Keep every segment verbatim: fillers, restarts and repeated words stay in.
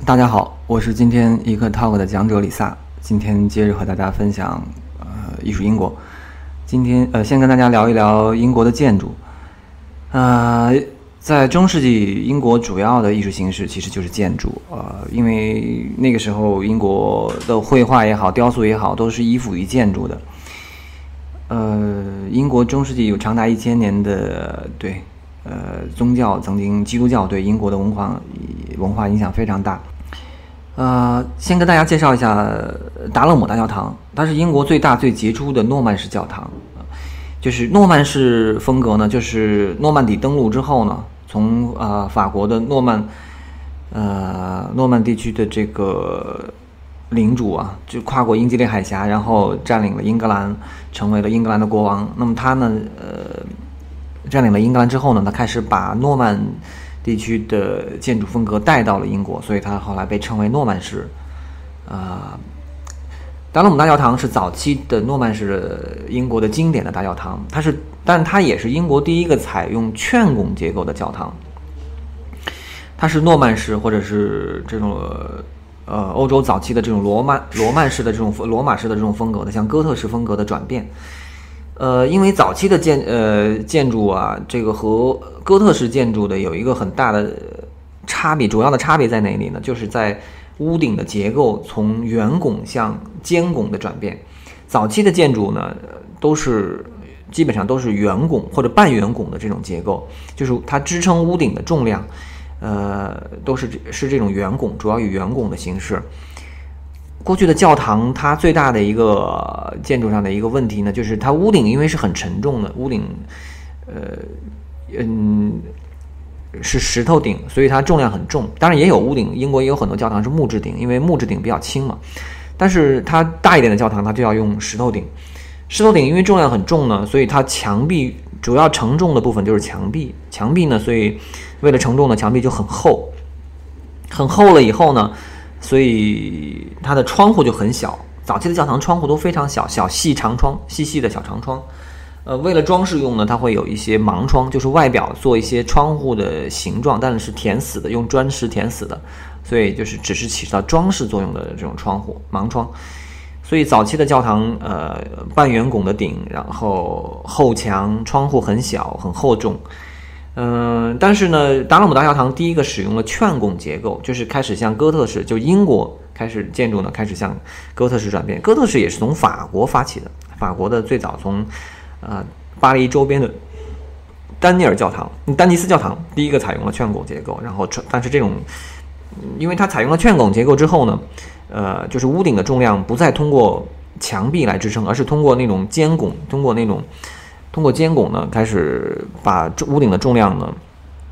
大家好，我是今天一课 Talk 的讲者李萨。今天接着和大家分享呃艺术英国。今天呃先跟大家聊一聊英国的建筑。呃，在中世纪，英国主要的艺术形式其实就是建筑。呃，因为那个时候英国的绘画也好，雕塑也好，都是依附于建筑的。呃，英国中世纪有长达一千年的对。呃，宗教曾经，基督教对英国的文化文化影响非常大。呃，先跟大家介绍一下达勒姆大教堂，它是英国最大最杰出的诺曼式教堂。就是诺曼式风格呢，就是诺曼底登陆之后呢，从呃法国的诺曼呃诺曼地区的这个领主啊，就跨过英吉利海峡，然后占领了英格兰，成为了英格兰的国王。那么他呢，呃。占领了英格兰之后呢，他开始把诺曼地区的建筑风格带到了英国，所以他后来被称为诺曼式。啊、呃，达勒姆大教堂是早期的诺曼式英国的经典的大教堂，它是，但它也是英国第一个采用券拱结构的教堂。它是诺曼式或者是这种呃欧洲早期的这种罗曼罗曼式的这种罗马式的这种风格的，像哥特式风格的转变。呃，因为早期的建呃建筑啊，这个和哥特式建筑的有一个很大的差别，主要的差别在哪里呢？就是在屋顶的结构从圆拱向尖拱的转变。早期的建筑呢，都是基本上都是圆拱或者半圆拱的这种结构，就是它支撑屋顶的重量，呃，都是是这种圆拱，主要以圆拱的形式。过去的教堂，它最大的一个建筑上的一个问题呢，就是它屋顶因为是很沉重的，屋顶，呃，嗯，是石头顶，所以它重量很重。当然也有屋顶，英国也有很多教堂是木质顶，因为木质顶比较轻嘛。但是它大一点的教堂，它就要用石头顶。石头顶因为重量很重呢，所以它墙壁主要承重的部分就是墙壁。墙壁呢，所以为了承重呢，墙壁就很厚，很厚了以后呢。所以它的窗户就很小，早期的教堂窗户都非常小，小细长窗，细细的小长窗。呃，为了装饰用呢，它会有一些盲窗，就是外表做一些窗户的形状，但是是填死的，用砖石填死的，所以就是只是起到装饰作用的这种窗户，盲窗。所以早期的教堂，呃，半圆拱的顶，然后后墙，窗户很小，很厚重。嗯，但是呢，达勒姆大教堂第一个使用了券拱结构，就是开始向哥特式，就英国开始建筑呢，开始向哥特式转变。哥特式也是从法国发起的，法国的最早从呃巴黎周边的丹尼尔教堂、丹尼斯教堂第一个采用了券拱结构，然后但是这种，因为它采用了券拱结构之后呢，呃，就是屋顶的重量不再通过墙壁来支撑，而是通过那种尖拱，通过那种。通过尖拱呢，开始把屋顶的重量呢，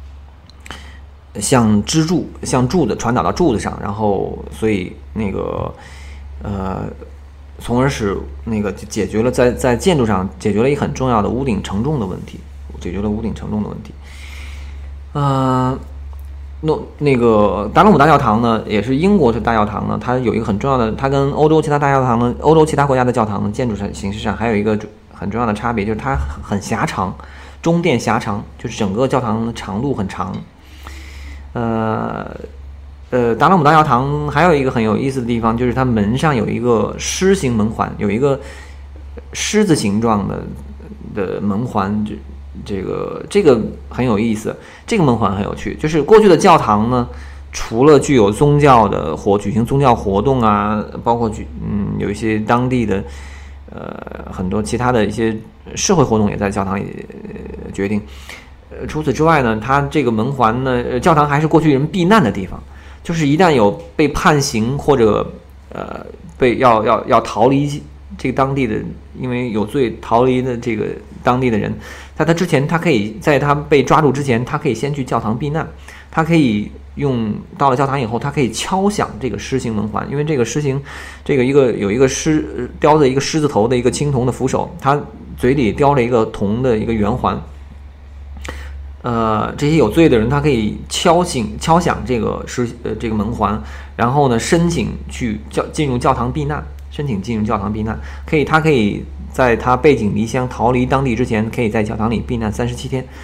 向支柱、向柱子传导到柱子上，然后所以那个呃，从而使那个解决了在在建筑上解决了一个很重要的屋顶承重的问题，解决了屋顶承重的问题。呃，那那个达勒姆大教堂呢，也是英国的大教堂呢，它有一个很重要的，它跟欧洲其他大教堂呢，欧洲其他国家的教堂的建筑上形式上还有一个。很重要的差别就是它很狭长，中殿狭长，就是整个教堂的长度很长。呃呃，达勒姆大教堂还有一个很有意思的地方，就是它门上有一个狮形门环，有一个狮子形状的的门环，这这个这个很有意思。这个门环很有趣，就是过去的教堂呢，除了具有宗教的活举行宗教活动啊，包括举嗯有一些当地的。呃，很多其他的一些社会活动也在教堂里、呃、决定。呃，除此之外呢，它这个门环呢，教堂还是过去人避难的地方，就是一旦有被判刑或者呃被要要要逃离这个当地的，因为有罪逃离的这个当地的人，在他之前，他可以在他被抓住之前，他可以先去教堂避难，他可以。用到了教堂以后，它可以敲响这个狮形门环，因为这个狮形，这个一个有一个狮雕着一个狮子头的一个青铜的扶手，它嘴里叼着一个铜的一个圆环。呃，这些有罪的人，他可以敲醒敲响这个狮呃这个门环，然后呢申请去教进入教堂避难，申请进入教堂避难，可以他可以在他背井离乡逃离当地之前，可以在教堂里避难三十七天。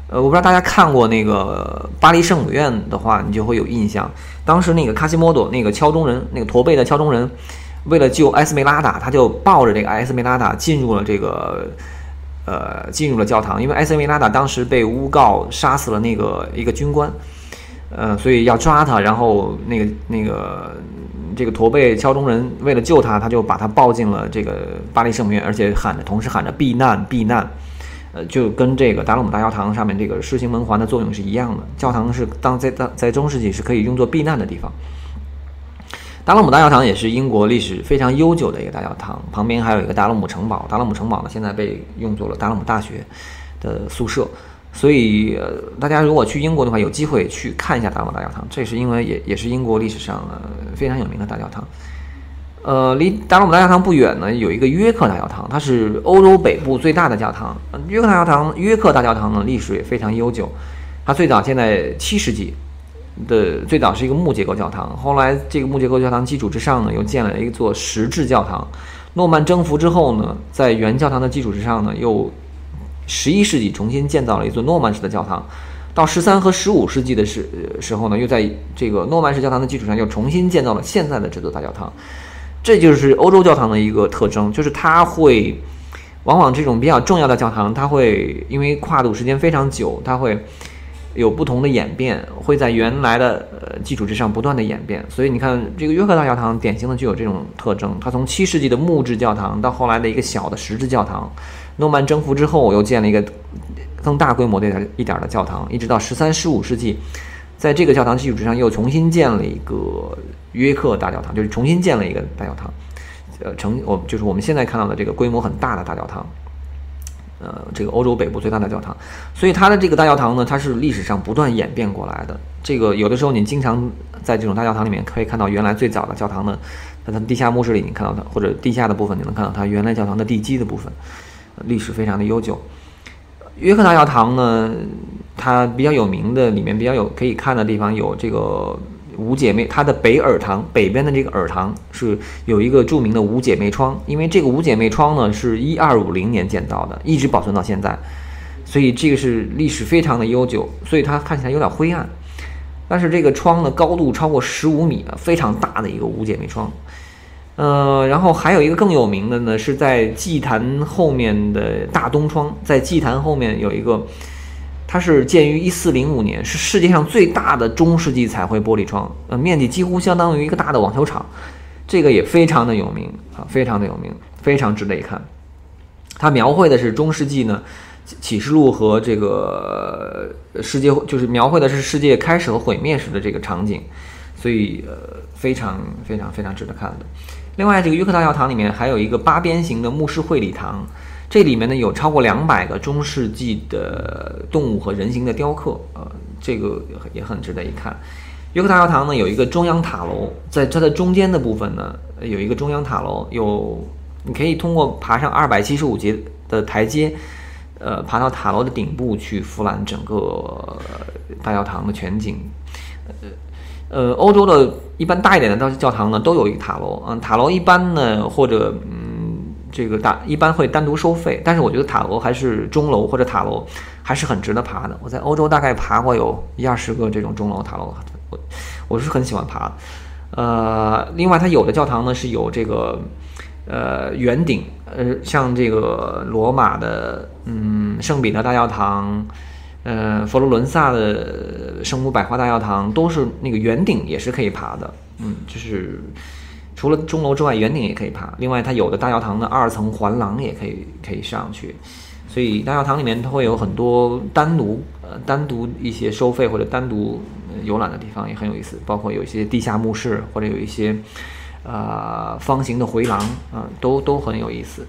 呃，我不知道大家看过那个巴黎圣母院的话，你就会有印象。当时那个卡西莫多那个敲钟人，那个驼背的敲钟人，为了救埃斯梅拉达，他就抱着这个埃斯梅拉达进入了这个呃进入了教堂，因为埃斯梅拉达当时被诬告杀死了那个一个军官，呃，所以要抓他，然后那个那个这个驼背敲钟人为了救他，他就把他抱进了这个巴黎圣母院，而且喊着同时喊着避难避难。呃，就跟这个达勒姆大教堂上面这个狮形门环的作用是一样的。教堂是当在在在中世纪是可以用作避难的地方。达勒姆大教堂也是英国历史非常悠久的一个大教堂，旁边还有一个达勒姆城堡。达勒姆城堡呢，现在被用作了达勒姆大学的宿舍。所以，呃，大家如果去英国的话，有机会去看一下达勒姆大教堂，这是因为也也是英国历史上呃非常有名的大教堂。呃，离达勒姆大教堂不远呢，有一个约克大教堂，它是欧洲北部最大的教堂。约克大教堂，约克大教堂呢，历史也非常悠久。它最早建在七世纪的，最早是一个木结构教堂，后来这个木结构教堂基础之上呢，又建了一座石质教堂。诺曼征服之后呢，在原教堂的基础之上呢，又十一世纪重新建造了一座诺曼式的教堂。到十三和十五世纪的时时候呢，又在这个诺曼式教堂的基础上，又重新建造了现在的这座大教堂。这就是欧洲教堂的一个特征，就是它会，往往这种比较重要的教堂，它会因为跨度时间非常久，它会有不同的演变，会在原来的呃基础之上不断的演变。所以你看，这个约克大教堂典型的具有这种特征，它从七世纪的木质教堂到后来的一个小的石质教堂，诺曼征服之后又建了一个更大规模的一点的教堂，一直到十三、十五世纪，在这个教堂基础之上又重新建了一个约克大教堂，就是重新建了一个大教堂，呃，成我就是我们现在看到的这个规模很大的大教堂，呃，这个欧洲北部最大的教堂。所以它的这个大教堂呢，它是历史上不断演变过来的。这个有的时候你经常在这种大教堂里面可以看到原来最早的教堂的，在它的地下墓室里你看到它，或者地下的部分你能看到它原来教堂的地基的部分，历史非常的悠久。约克大教堂呢，它比较有名的里面比较有可以看的地方有这个五姐妹，它的北耳堂北边的这个耳堂是有一个著名的五姐妹窗，因为这个五姐妹窗呢是一二五零年建造的，一直保存到现在，所以这个是历史非常的悠久，所以它看起来有点灰暗。但是这个窗呢高度超过十五米，非常大的一个五姐妹窗。呃，然后还有一个更有名的呢，是在祭坛后面的大东窗，在祭坛后面有一个。它是建于一四零五年，是世界上最大的中世纪彩绘玻璃窗，呃，面积几乎相当于一个大的网球场，这个也非常的有名啊，非常的有名，非常值得一看。它描绘的是中世纪呢，启示录和这个世界，就是描绘的是世界开始和毁灭时的这个场景，所以呃，非常非常非常值得看的。另外，这个约克大教堂里面还有一个八边形的牧师会礼堂。这里面呢有超过两百个中世纪的动物和人形的雕刻，呃，这个也很值得一看。约克大教堂呢有一个中央塔楼，在它的中间的部分呢有一个中央塔楼，有你可以通过爬上二百七十五节的台阶，呃，爬到塔楼的顶部去俯览整个大教堂的全景。呃呃，欧洲的一般大一点的教堂呢都有一个塔楼，嗯，塔楼一般呢或者嗯。这个大一般会单独收费，但是我觉得塔楼还是钟楼或者塔楼还是很值得爬的。我在欧洲大概爬过有一二十个这种钟楼塔楼，我我是很喜欢爬。呃，另外它有的教堂呢是有这个呃圆顶，呃，像这个罗马的嗯圣彼得大教堂，呃佛罗伦萨的圣母百花大教堂都是那个圆顶也是可以爬的，嗯，就是。除了钟楼之外，圆顶也可以爬。另外，它有的大教堂的二层环廊也可以可以上去，所以大教堂里面它会有很多单独呃单独一些收费或者单独游览的地方，也很有意思。包括有一些地下墓室，或者有一些呃方形的回廊啊、呃，都都很有意思。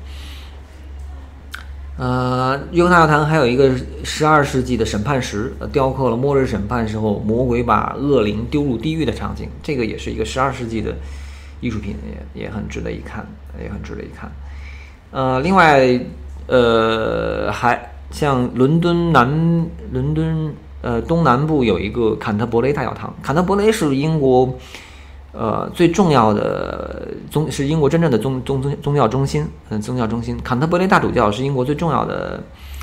呃，约克大教堂还有一个十二世纪的审判石，呃，雕刻了末日审判时候魔鬼把恶灵丢入地狱的场景，这个也是一个十二世纪的。艺术品也也很值得一看，也很值得一看。呃，另外，呃，还像伦敦南伦敦呃东南部有一个坎特伯雷大教堂。坎特伯雷是英国呃最重要的宗，是英国真正的宗宗宗宗教中心，嗯、呃，宗教中心。坎特伯雷大主教是英国最重要的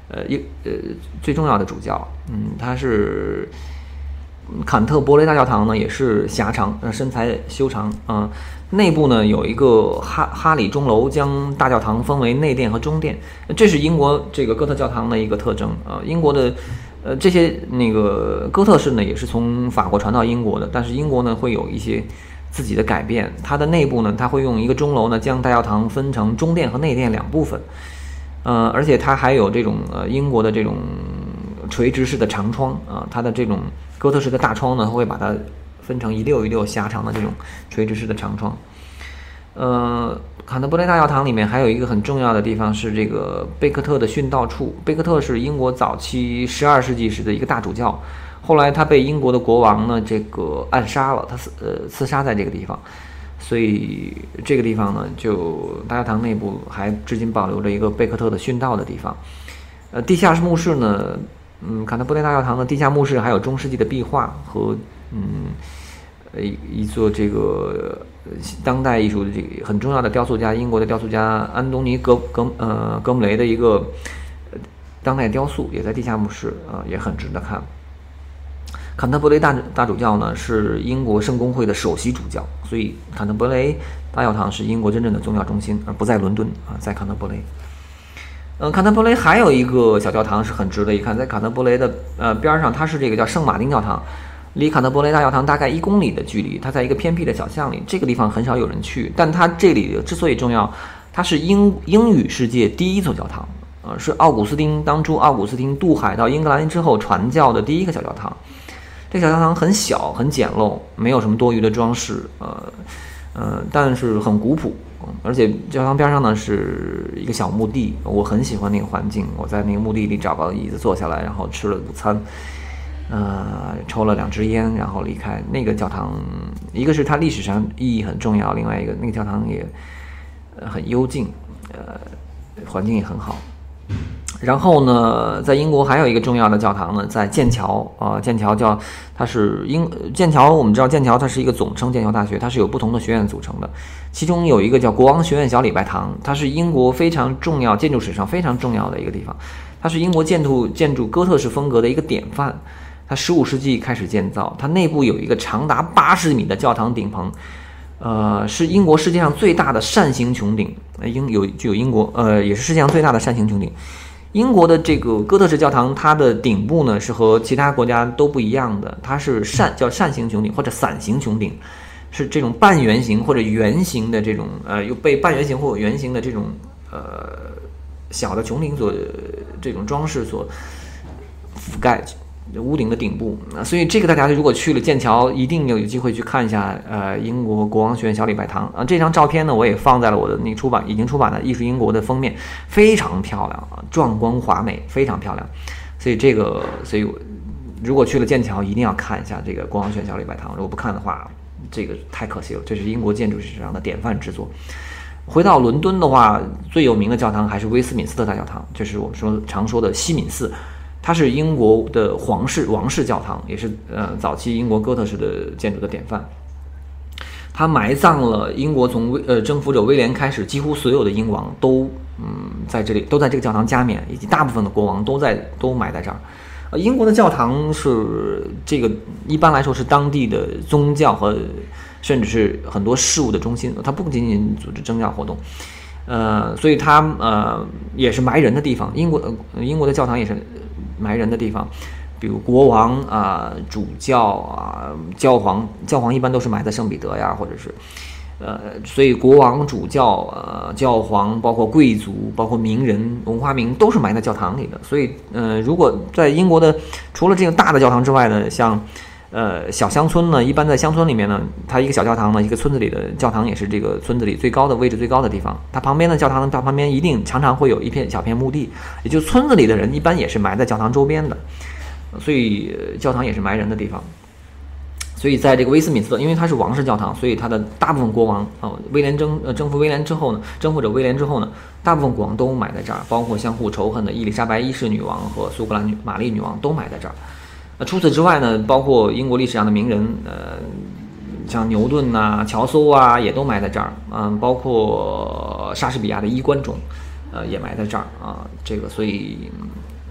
呃一呃最重要的主教。嗯，他是坎特伯雷大教堂呢，也是狭长，呃身材修长啊、呃。内部呢有一个哈哈里钟楼，将大教堂分为内殿和中殿，这是英国这个哥特教堂的一个特征啊、呃。英国的呃这些那个哥特式呢，也是从法国传到英国的，但是英国呢会有一些自己的改变。它的内部呢，它会用一个钟楼呢，将大教堂分成中殿和内殿两部分。呃，而且它还有这种呃英国的这种垂直式的长窗啊、呃，它的这种哥特式的大窗呢，会把它分成一溜一溜狭长的这种垂直式的长窗。呃，坎特伯雷大教堂里面还有一个很重要的地方是这个贝克特的殉道处。贝克特是英国早期十二世纪时的一个大主教，后来他被英国的国王呢这个暗杀了，他呃刺杀在这个地方。所以这个地方呢，就大教堂内部还至今保留着一个贝克特的殉道的地方。呃，地下墓室呢，嗯，坎特伯雷大教堂的地下墓室还有中世纪的壁画和嗯，呃一一座这个当代艺术的这个很重要的雕塑家，英国的雕塑家安东尼格格呃格姆雷的一个当代雕塑，也在地下墓室啊、呃，也很值得看。坎特伯雷大大主教呢是英国圣公会的首席主教，所以坎特伯雷大教堂是英国真正的宗教中心，而不在伦敦啊，在坎特伯雷。嗯，坎特伯雷还有一个小教堂是很值得一看，在坎特伯雷的呃边上，它是这个叫圣马丁教堂，离坎特伯雷大教堂大概一公里的距离，它在一个偏僻的小巷里，这个地方很少有人去，但它这里之所以重要，它是英英语世界第一座教堂，呃，是奥古斯丁当初奥古斯丁渡海到英格兰之后传教的第一个小教堂。这个小教堂很小很简陋，没有什么多余的装饰，呃呃，但是很古朴，而且教堂边上呢是一个小墓地，我很喜欢那个环境。我在那个墓地里找个椅子坐下来，然后吃了午餐，呃，抽了两支烟，然后离开。那个教堂，一个是它历史上意义很重要，另外一个那个教堂也很幽静，呃，环境也很好。然后呢，在英国还有一个重要的教堂呢，在剑桥啊、呃，剑桥叫它是英剑桥，我们知道剑桥它是一个总称，剑桥大学它是有不同的学院组成的，其中有一个叫国王学院小礼拜堂，它是英国非常重要建筑史上非常重要的一个地方，它是英国建筑建筑哥特式风格的一个典范。它十五世纪开始建造，它内部有一个长达八十米的教堂顶棚。呃，是英国世界上最大的扇形穹顶，英有具有英国呃也是世界上最大的扇形穹顶。英国的这个哥特式教堂，它的顶部呢是和其他国家都不一样的，它是扇叫扇形穹顶或者伞形穹顶，是这种半圆形或者圆形的这种呃又被半圆形或圆形的这种呃小的穹顶所这种装饰所覆盖屋顶的顶部，所以这个大家如果去了剑桥，一定有机会去看一下。呃，英国国王学院小礼拜堂啊，这张照片呢，我也放在了我的那个出版已经出版的《艺术英国》的封面，非常漂亮啊，壮观华美，非常漂亮。所以这个，所以如果去了剑桥，一定要看一下这个国王学院小礼拜堂。如果不看的话，这个太可惜了，这是英国建筑史上的典范之作。回到伦敦的话，最有名的教堂还是威斯敏斯特大教堂，就是我们说常说的西敏寺。它是英国的皇室王室教堂，也是呃早期英国哥特式的建筑的典范。它埋葬了英国从呃征服者威廉开始，几乎所有的英王都嗯在这里都在这个教堂加冕，以及大部分的国王都在都埋在这儿。呃，英国的教堂是这个一般来说是当地的宗教和甚至是很多事务的中心，它不仅仅组织宗教活动。呃，所以它呃也是埋人的地方。英国呃英国的教堂也是埋人的地方，比如国王啊、呃、主教啊、教皇，教皇一般都是埋在圣彼得呀，或者是呃，所以国王、主教、呃、教皇，包括贵族，包括名人、文化名都是埋在教堂里的。所以呃，如果在英国的除了这个大的教堂之外呢，像呃，小乡村呢，一般在乡村里面呢，它一个小教堂呢，一个村子里的教堂也是这个村子里最高的位置最高的地方。它旁边的教堂，它旁边一定常常会有一片小片墓地，也就村子里的人一般也是埋在教堂周边的，所以、呃、教堂也是埋人的地方。所以在这个威斯敏斯特，因为它是王室教堂，所以它的大部分国王啊、呃，威廉征呃征服威廉之后呢，征服者威廉之后呢，大部分国王都埋在这儿，包括相互仇恨的伊丽莎白一世女王和苏格兰女玛丽女王都埋在这儿。那除此之外呢，包括英国历史上的名人，呃，像牛顿呐、乔叟啊，也都埋在这儿。嗯，包括莎士比亚的衣冠冢，呃，也埋在这儿啊。这个，所以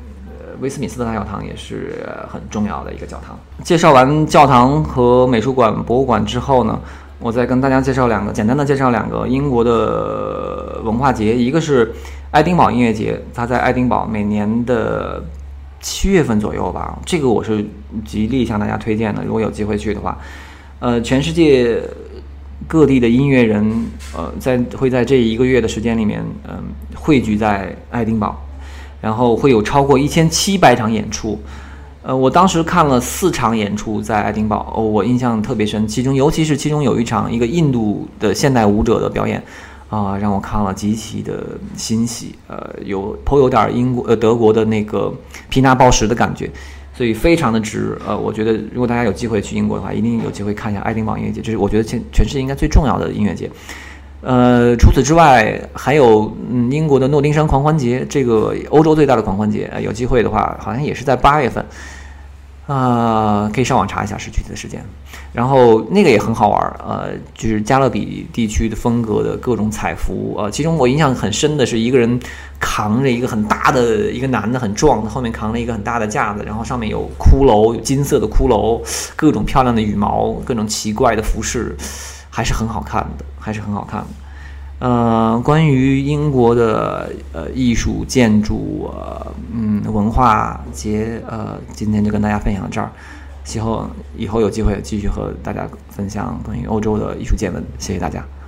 威斯敏斯特大教堂也是很重要的一个教堂。介绍完教堂和美术馆、博物馆之后呢，我再跟大家介绍两个，简单的介绍两个英国的文化节，一个是爱丁堡音乐节，它在爱丁堡每年的七月份左右吧，这个我是极力向大家推荐的，如果有机会去的话，呃，全世界各地的音乐人，呃，在会在这一个月的时间里面，嗯、呃，汇聚在爱丁堡，然后会有超过一千七百场演出。呃，我当时看了四场演出在爱丁堡，哦，我印象特别深，其中尤其是其中有一场一个印度的现代舞者的表演，啊、呃，让我看了极其的欣喜，呃，有颇有点英国呃德国的那个皮纳鲍什的感觉。所以非常的值，呃，我觉得如果大家有机会去英国的话，一定有机会看一下爱丁堡音乐节，这是我觉得全全世界应该最重要的音乐节。呃，除此之外，还有嗯英国的诺丁山狂欢节，这个欧洲最大的狂欢节，呃、有机会的话，好像也是在八月份，啊、呃，可以上网查一下是具体的时间。然后那个也很好玩，呃，就是加勒比地区的风格的各种彩服，呃，其中我印象很深的是一个人扛着一个很大的一个男的很壮的，后面扛了一个很大的架子，然后上面有骷髅，有金色的骷髅，各种漂亮的羽毛，各种奇怪的服饰，还是很好看的，还是很好看的。呃，关于英国的呃艺术、建筑、呃嗯文化节，呃，今天就跟大家分享到这儿。以后以后有机会继续和大家分享关于欧洲的艺术见闻，谢谢大家。